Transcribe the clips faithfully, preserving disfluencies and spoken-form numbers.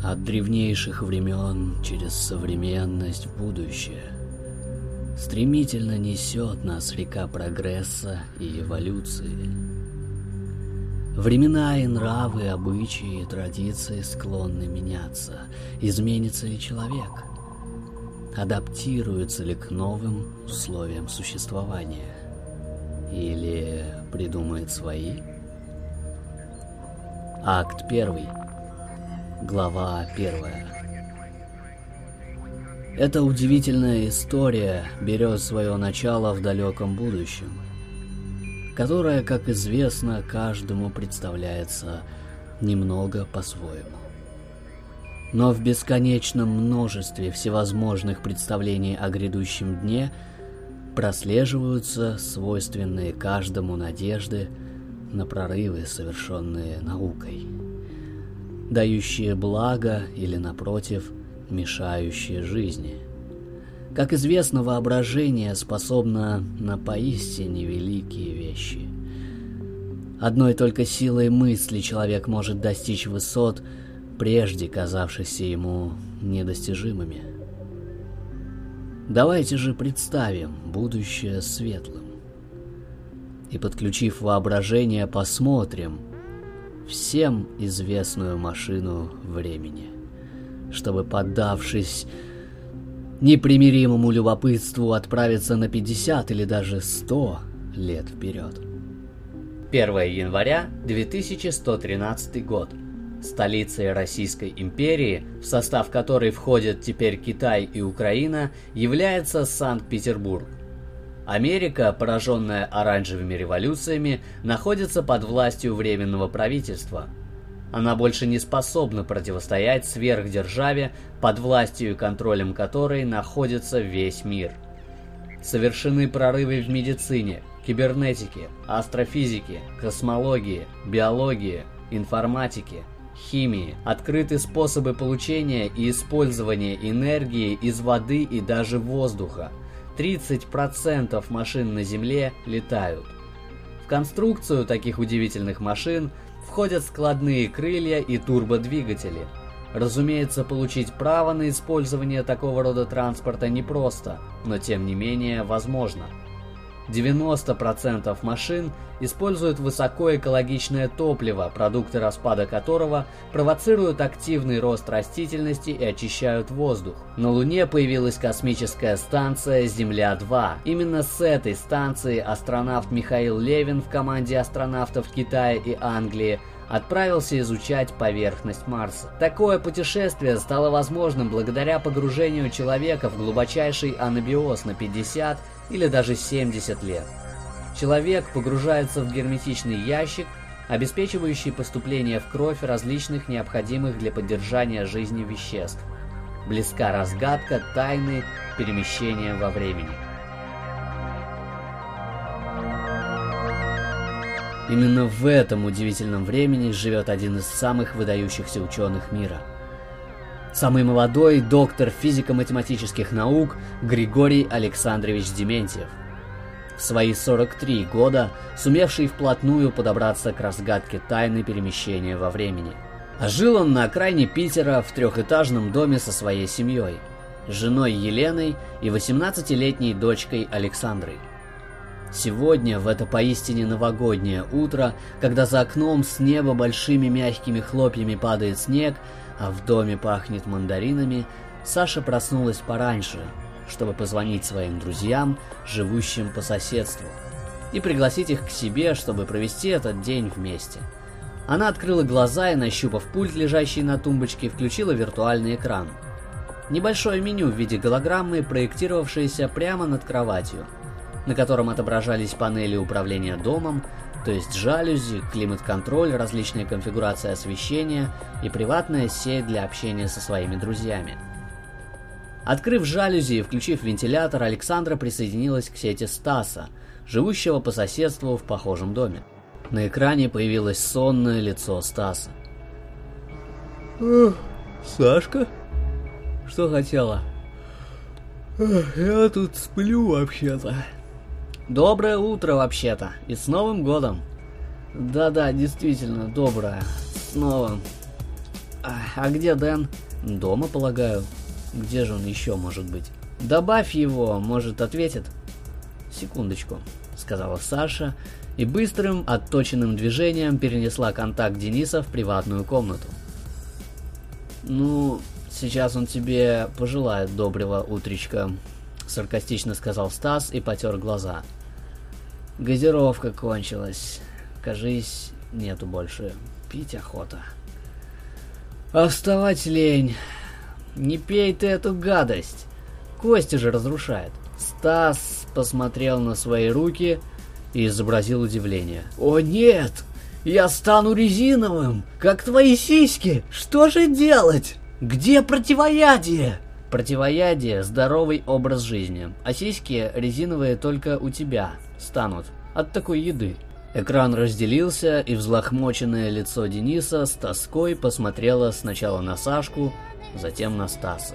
от древнейших времен через современность в будущее, стремительно несет нас река прогресса и эволюции. Времена и нравы, обычаи и традиции склонны меняться. Изменится ли человек? Адаптируется ли к новым условиям существования? Или придумает свои? Акт первый. Глава первая. Эта удивительная история берет свое начало в далеком будущем, которое, как известно, каждому представляется немного по-своему. Но в бесконечном множестве всевозможных представлений о грядущем дне прослеживаются свойственные каждому надежды на прорывы, совершенные наукой, дающие благо или, напротив, мешающие жизни. Как известно, воображение способно на поистине великие вещи. Одной только силой мысли человек может достичь высот, прежде казавшихся ему недостижимыми. Давайте же представим будущее светлым и, подключив воображение, посмотрим всем известную машину времени, чтобы, поддавшись непримиримому любопытству, отправиться на пятьдесят или даже сто лет вперед. первое января две тысячи сто тринадцатый год. Столицей Российской империи, в состав которой входят теперь Китай и Украина, является Санкт-Петербург. Америка, пораженная оранжевыми революциями, находится под властью Временного правительства. Она больше не способна противостоять сверхдержаве, под властью и контролем которой находится весь мир. Совершены прорывы в медицине, кибернетике, астрофизике, космологии, биологии, информатике, химии. Открыты способы получения и использования энергии из воды и даже воздуха. тридцать процентов машин на Земле летают. В конструкцию таких удивительных машин входят складные крылья и турбодвигатели. Разумеется, получить право на использование такого рода транспорта непросто, но тем не менее возможно. девяносто процентов машин используют высокоэкологичное топливо, продукты распада которого провоцируют активный рост растительности и очищают воздух. На Луне появилась космическая станция Земля-два. Именно с этой станции астронавт Михаил Левин в команде астронавтов Китая и Англии отправился изучать поверхность Марса. Такое путешествие стало возможным благодаря погружению человека в глубочайший анабиоз на пятьдесят или даже семьдесят лет. Человек погружается в герметичный ящик, обеспечивающий поступление в кровь различных необходимых для поддержания жизни веществ. Близка разгадка тайны перемещения во времени. Именно в этом удивительном времени живет один из самых выдающихся ученых мира. Самый молодой доктор физико-математических наук Григорий Александрович Дементьев. В свои сорок три года сумевший вплотную подобраться к разгадке тайны перемещения во времени. А жил он на окраине Питера в трехэтажном доме со своей семьей, женой Еленой и восемнадцатилетней дочкой Александрой. Сегодня, в это поистине новогоднее утро, когда за окном с неба большими мягкими хлопьями падает снег, а в доме пахнет мандаринами, Саша проснулась пораньше, чтобы позвонить своим друзьям, живущим по соседству, и пригласить их к себе, чтобы провести этот день вместе. Она открыла глаза и, нащупав пульт, лежащий на тумбочке, включила виртуальный экран. Небольшое меню в виде голограммы, проектировавшееся прямо над кроватью, на котором отображались панели управления домом, то есть жалюзи, климат-контроль, различные конфигурации освещения и приватная сеть для общения со своими друзьями. Открыв жалюзи и включив вентилятор, Александра присоединилась к сети Стаса, живущего по соседству в похожем доме. На экране появилось сонное лицо Стаса. «Сашка? Что хотела?» «Я тут сплю вообще-то». «Доброе утро вообще-то, и с Новым годом!» «Да-да, действительно, доброе, с новым!» А, а где Дэн? Дома, полагаю. Где же он еще может быть? Добавь его, может, ответит. Секундочку, сказала Саша и быстрым, отточенным движением перенесла контакт Дениса в приватную комнату. Ну, сейчас он тебе пожелает доброго утречка, саркастично сказал Стас и потер глаза. Газировка кончилась. Кажись, нету больше. Пить охота. А вставать лень. Не пей ты эту гадость. Кости же разрушает. Стас посмотрел на свои руки и изобразил удивление. О нет! Я стану резиновым, как твои сиськи! Что же делать? Где противоядие? Противоядие – здоровый образ жизни, а сиськи резиновые только у тебя станут от такой еды. Экран разделился, и взлохмоченное лицо Дениса с тоской посмотрело сначала на Сашку, затем на Стаса.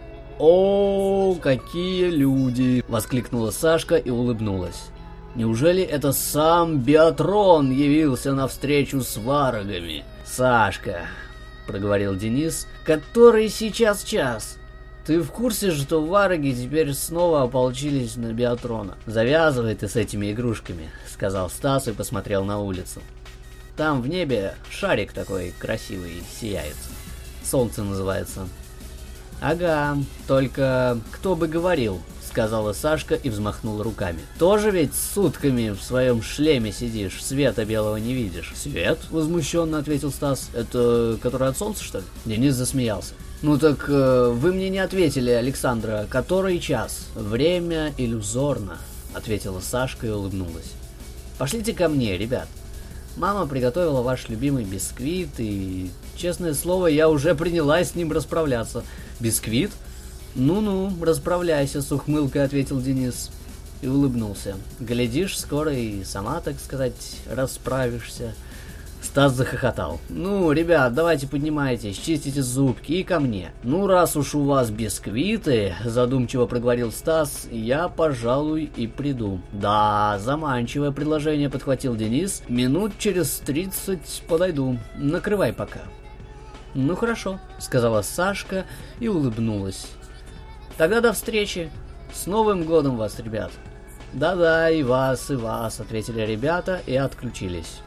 «О, какие люди!» – воскликнула Сашка и улыбнулась. «Неужели это сам Биатрон явился навстречу с варагами?» «Сашка», – проговорил Денис, – «который сейчас час? Ты в курсе, что вараги теперь снова ополчились на Биатрона?» «Завязывай ты с этими игрушками», — сказал Стас и посмотрел на улицу. «Там в небе шарик такой красивый сияет. Солнце называется». «Ага, только кто бы говорил», — сказала Сашка и взмахнула руками. «Тоже ведь сутками в своем шлеме сидишь, света белого не видишь». «Свет?» — возмущенно ответил Стас. «Это который от солнца, что ли?» Денис засмеялся. «Ну так э, вы мне не ответили, Александра, который час?» «Время иллюзорно», — ответила Сашка и улыбнулась. «Пошлите ко мне, ребят. Мама приготовила ваш любимый бисквит, и, честное слово, я уже принялась с ним расправляться». «Бисквит?» «Ну-ну, расправляйся», — с ухмылкой ответил Денис и улыбнулся. «Глядишь, скоро и сама, так сказать, расправишься». Стас захохотал. «Ну, ребят, давайте поднимайтесь, чистите зубки и ко мне». «Ну, раз уж у вас бисквиты», — задумчиво проговорил Стас, — «я, пожалуй, и приду». «Да, заманчивое предложение», — подхватил Денис. «Минут через тридцать подойду. Накрывай пока». «Ну, хорошо», — сказала Сашка и улыбнулась. «Тогда до встречи. С Новым годом вас, ребят». «Да-да, и вас, и вас», — ответили ребята и отключились.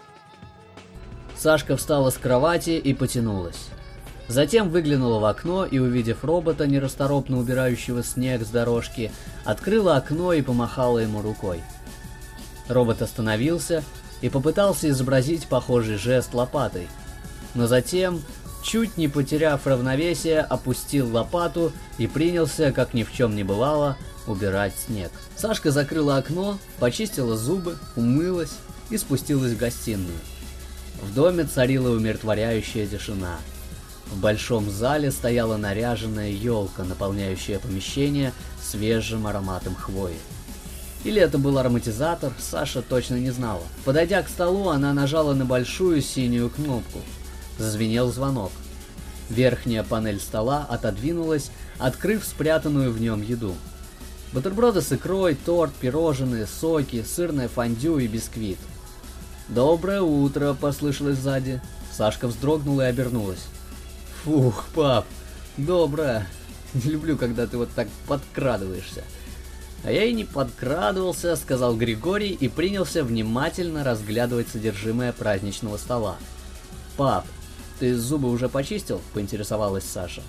Сашка встала с кровати и потянулась. Затем выглянула в окно и, увидев робота, нерасторопно убирающего снег с дорожки, открыла окно и помахала ему рукой. Робот остановился и попытался изобразить похожий жест лопатой, но затем, чуть не потеряв равновесие, опустил лопату и принялся, как ни в чем не бывало, убирать снег. Сашка закрыла окно, почистила зубы, умылась и спустилась в гостиную. В доме царила умиротворяющая тишина. В большом зале стояла наряженная елка, наполняющая помещение свежим ароматом хвои. Или это был ароматизатор, Саша точно не знала. Подойдя к столу, она нажала на большую синюю кнопку. Зазвенел звонок. Верхняя панель стола отодвинулась, открыв спрятанную в нем еду. Бутерброды с икрой, торт, пирожные, соки, сырное фондю и бисквит. «Доброе утро!» — послышалось сзади. Сашка вздрогнула и обернулась. «Фух, пап, доброе! Не люблю, когда ты вот так подкрадываешься». «А я и не подкрадывался», — сказал Григорий и принялся внимательно разглядывать содержимое праздничного стола. «Пап, ты зубы уже почистил?» — поинтересовалась Саша.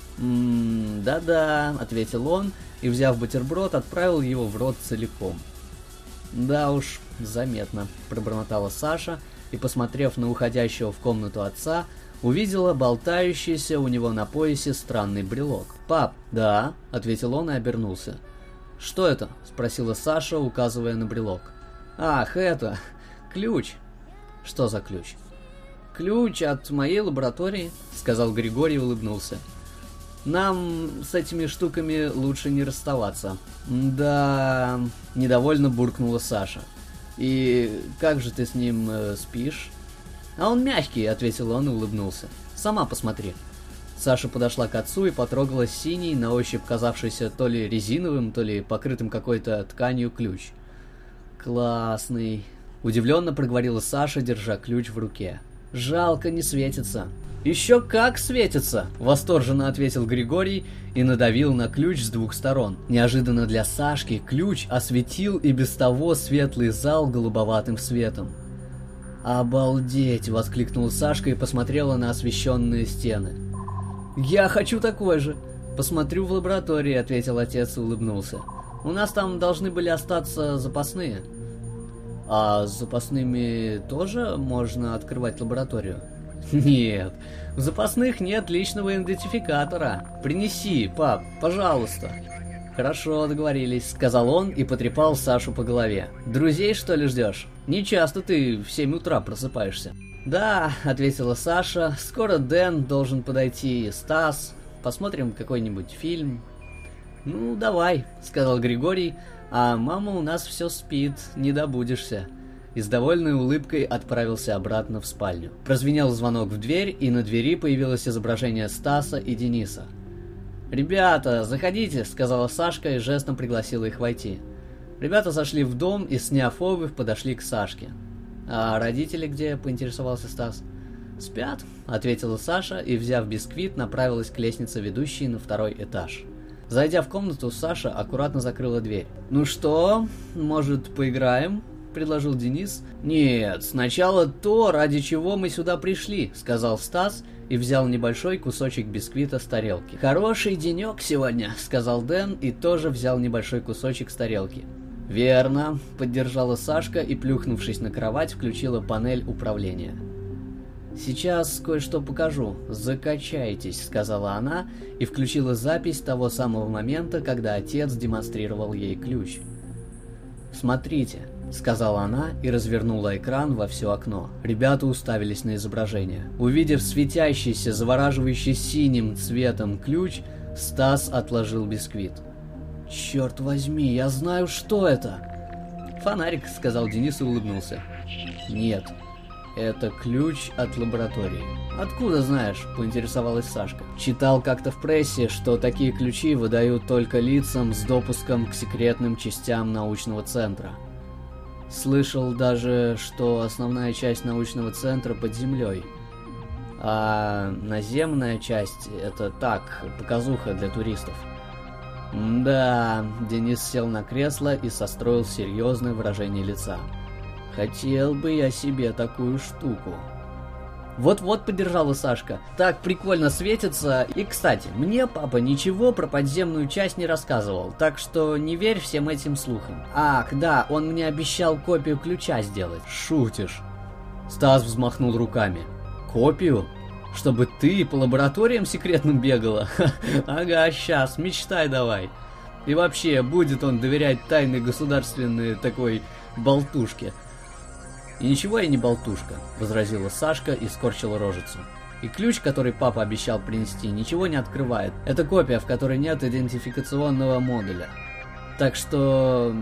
«Ммм, да-да», — ответил он и, взяв бутерброд, отправил его в рот целиком. «Да уж, заметно», — пробормотала Саша и, посмотрев на уходящего в комнату отца, увидела болтающийся у него на поясе странный брелок. «Пап!» «Да», — ответил он и обернулся. «Что это?» — спросила Саша, указывая на брелок. «Ах, это... ключ». «Что за ключ?» «Ключ от моей лаборатории», — сказал Григорий и улыбнулся. «Нам с этими штуками лучше не расставаться». «Да...» — недовольно буркнула Саша. «И как же ты с ним э, спишь?» «А он мягкий», — ответил он и улыбнулся. «Сама посмотри». Саша подошла к отцу и потрогала синий, на ощупь казавшийся то ли резиновым, то ли покрытым какой-то тканью ключ. «Классный», — удивленно проговорила Саша, держа ключ в руке. «Жалко, не светится». «Еще как светится!» — восторженно ответил Григорий и надавил на ключ с двух сторон. Неожиданно для Сашки ключ осветил и без того светлый зал голубоватым светом. «Обалдеть!» — воскликнул Сашка и посмотрела на освещенные стены. «Я хочу такой же!» «Посмотрю в лаборатории», — ответил отец и улыбнулся. «У нас там должны были остаться запасные». «А с запасными тоже можно открывать лабораторию?» «Нет, в запасных нет личного идентификатора. Принеси, пап, пожалуйста». «Хорошо, договорились», — сказал он и потрепал Сашу по голове. «Друзей, что ли, ждешь? Не часто ты в семь утра просыпаешься». «Да», — ответила Саша, — «скоро Дэн должен подойти, Стас. Посмотрим какой-нибудь фильм». «Ну, давай», — сказал Григорий, — «а мама у нас все спит, не добудешься». И с довольной улыбкой отправился обратно в спальню. Прозвенел звонок в дверь, и на двери появилось изображение Стаса и Дениса. «Ребята, заходите», — сказала Сашка и жестом пригласила их войти. Ребята зашли в дом и, сняв обувь, подошли к Сашке. «А родители где?» — поинтересовался Стас. «Спят», — ответила Саша и, взяв бисквит, направилась к лестнице, ведущей на второй этаж. Зайдя в комнату, Саша аккуратно закрыла дверь. «Ну что, может, поиграем?» — предложил Денис. «Нет, сначала то, ради чего мы сюда пришли», — сказал Стас и взял небольшой кусочек бисквита с тарелки. «Хороший денек сегодня», — сказал Дэн и тоже взял небольшой кусочек с тарелки. «Верно», — поддержала Сашка и, плюхнувшись на кровать, включила панель управления. «Сейчас кое-что покажу. Закачайтесь», — сказала она и включила запись того самого момента, когда отец демонстрировал ей ключ. «Смотрите», — сказала она и развернула экран во все окно. Ребята уставились на изображение. Увидев светящийся, завораживающий синим цветом ключ, Стас отложил бисквит. «Черт возьми, я знаю, что это!» «Фонарик», — сказал Денис и улыбнулся. «Нет, это ключ от лаборатории». «Откуда знаешь?» — поинтересовалась Сашка. «Читал как-то в прессе, что такие ключи выдают только лицам с допуском к секретным частям научного центра. Слышал даже, что основная часть научного центра под землей, а наземная часть — это так, показуха для туристов». «Да», — Денис сел на кресло и состроил серьезное выражение лица. «Хотел бы я себе такую штуку». «Вот-вот», — поддержала Сашка. «Так прикольно светится. И, кстати, мне папа ничего про подземную часть не рассказывал, так что не верь всем этим слухам. Ах, да, он мне обещал копию ключа сделать». «Шутишь?» Стас взмахнул руками. «Копию? Чтобы ты по лабораториям секретным бегала? Ага, сейчас, мечтай давай. И вообще, будет он доверять тайной государственной такой болтушке». «И ничего я не болтушка», — возразила Сашка и скорчила рожицу. «И ключ, который папа обещал принести, ничего не открывает. Это копия, в которой нет идентификационного модуля. Так что...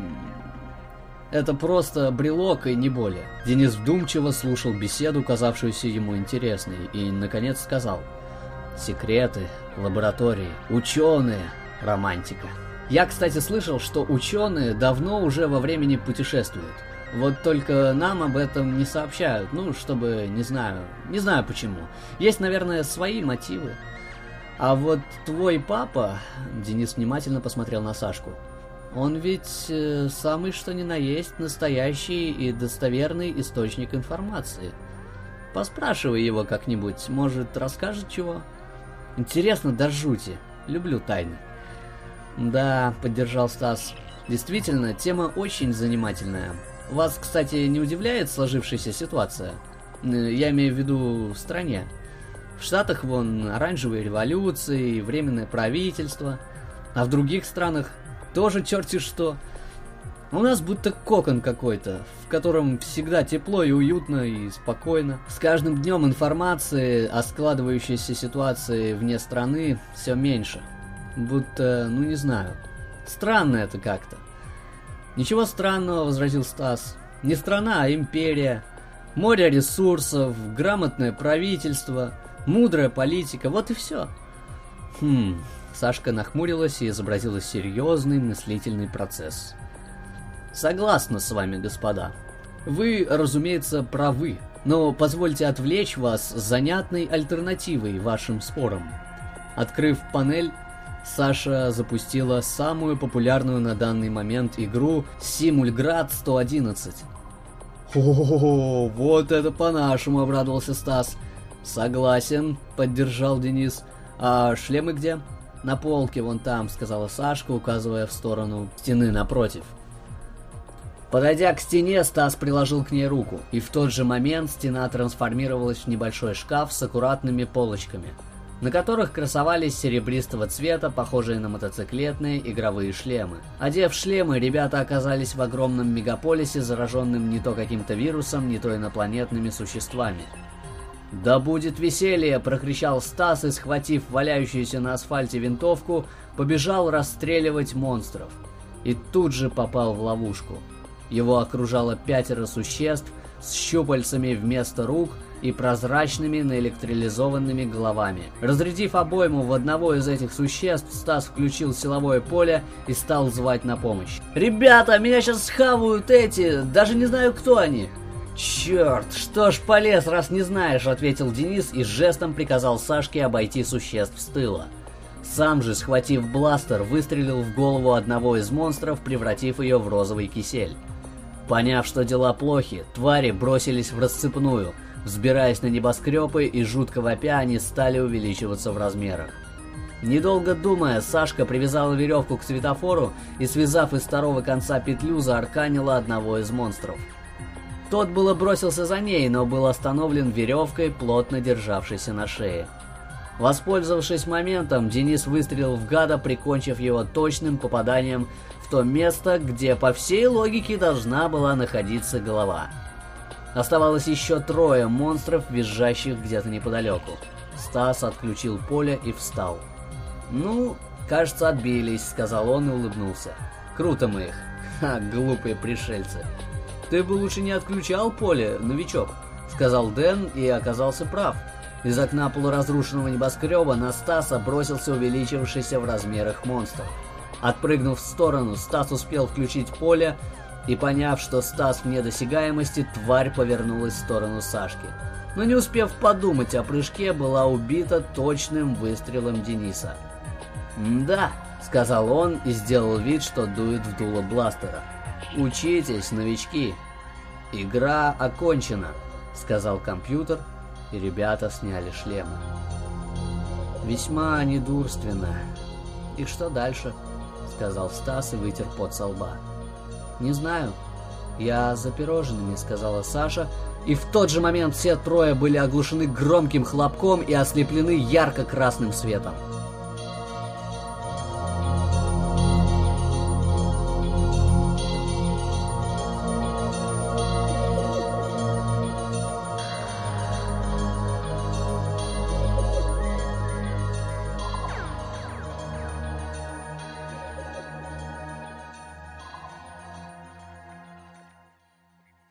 это просто брелок и не более». Денис вдумчиво слушал беседу, казавшуюся ему интересной, и, наконец, сказал: «Секреты, лаборатории, ученые, романтика». Я, кстати, слышал, что ученые давно уже во времени путешествуют. Вот только нам об этом не сообщают, ну, чтобы, не знаю, не знаю почему. Есть, наверное, свои мотивы. А вот твой папа, Денис внимательно посмотрел на Сашку, он ведь э, самый что ни на есть настоящий и достоверный источник информации. Поспрашивай его как-нибудь, может, расскажет чего? Интересно до жути, люблю тайны. Да, поддержал Стас, действительно, тема очень занимательная. Вас, кстати, не удивляет сложившаяся ситуация? Я имею в виду в стране. В Штатах вон оранжевые революции, временное правительство, а в других странах тоже черти что. У нас будто кокон какой-то, в котором всегда тепло и уютно и спокойно. С каждым днем информации о складывающейся ситуации вне страны все меньше. Будто, ну не знаю, странно это как-то. «Ничего странного», — возразил Стас. «Не страна, а империя. Море ресурсов, грамотное правительство, мудрая политика, вот и все». Хм, Сашка нахмурилась и изобразила серьезный мыслительный процесс. «Согласна с вами, господа. Вы, разумеется, правы. Но позвольте отвлечь вас занятной альтернативой вашим спорам. Открыв панель, Саша запустила самую популярную на данный момент игру Симульград сто одиннадцать. «О, вот это по-нашему!» — обрадовался Стас. «Согласен», — поддержал Денис. «А шлемы где?» «На полке вон там», — сказала Сашка, указывая в сторону стены напротив. Подойдя к стене, Стас приложил к ней руку, и в тот же момент стена трансформировалась в небольшой шкаф с аккуратными полочками, на которых красовались серебристого цвета, похожие на мотоциклетные игровые шлемы. Одев шлемы, ребята оказались в огромном мегаполисе, зараженном не то каким-то вирусом, не то инопланетными существами. «Да будет веселье!» — прокричал Стас и, схватив валяющуюся на асфальте винтовку, побежал расстреливать монстров. И тут же попал в ловушку. Его окружало пятеро существ с щупальцами вместо рук и прозрачными наэлектролизованными головами. Разрядив обойму в одного из этих существ, Стас включил силовое поле и стал звать на помощь. «Ребята, меня сейчас схавают эти, даже не знаю, кто они!» «Черт, что ж полез, раз не знаешь», — ответил Денис и жестом приказал Сашке обойти существ с тыла. Сам же, схватив бластер, выстрелил в голову одного из монстров, превратив ее в розовый кисель. Поняв, что дела плохи, твари бросились в рассыпную. Взбираясь на небоскребы и жутко вопя, они стали увеличиваться в размерах. Недолго думая, Сашка привязала веревку к светофору и, связав из второго конца петлю, заарканила одного из монстров. Тот было бросился за ней, но был остановлен веревкой, плотно державшейся на шее. Воспользовавшись моментом, Денис выстрелил в гада, прикончив его точным попаданием в то место, где по всей логике должна была находиться голова. Оставалось еще трое монстров, визжащих где-то неподалеку. Стас отключил поле и встал. «Ну, кажется, отбились», — сказал он и улыбнулся. «Круто мы их. Ха, глупые пришельцы». «Ты бы лучше не отключал поле, новичок», — сказал Дэн и оказался прав. Из окна полуразрушенного небоскреба на Стаса бросился увеличившийся в размерах монстр. Отпрыгнув в сторону, Стас успел включить поле, и, поняв, что Стас вне досягаемости, тварь повернулась в сторону Сашки. Но не успев подумать о прыжке, была убита точным выстрелом Дениса. «Да», — сказал он и сделал вид, что дует в дуло бластера. «Учитесь, новички. Игра окончена», — сказал компьютер, и ребята сняли шлемы. «Весьма недурственно. И что дальше?» — сказал Стас и вытер пот со лба. «Не знаю. Я за пирожными», — сказала Саша, и в тот же момент все трое были оглушены громким хлопком и ослеплены ярко-красным светом.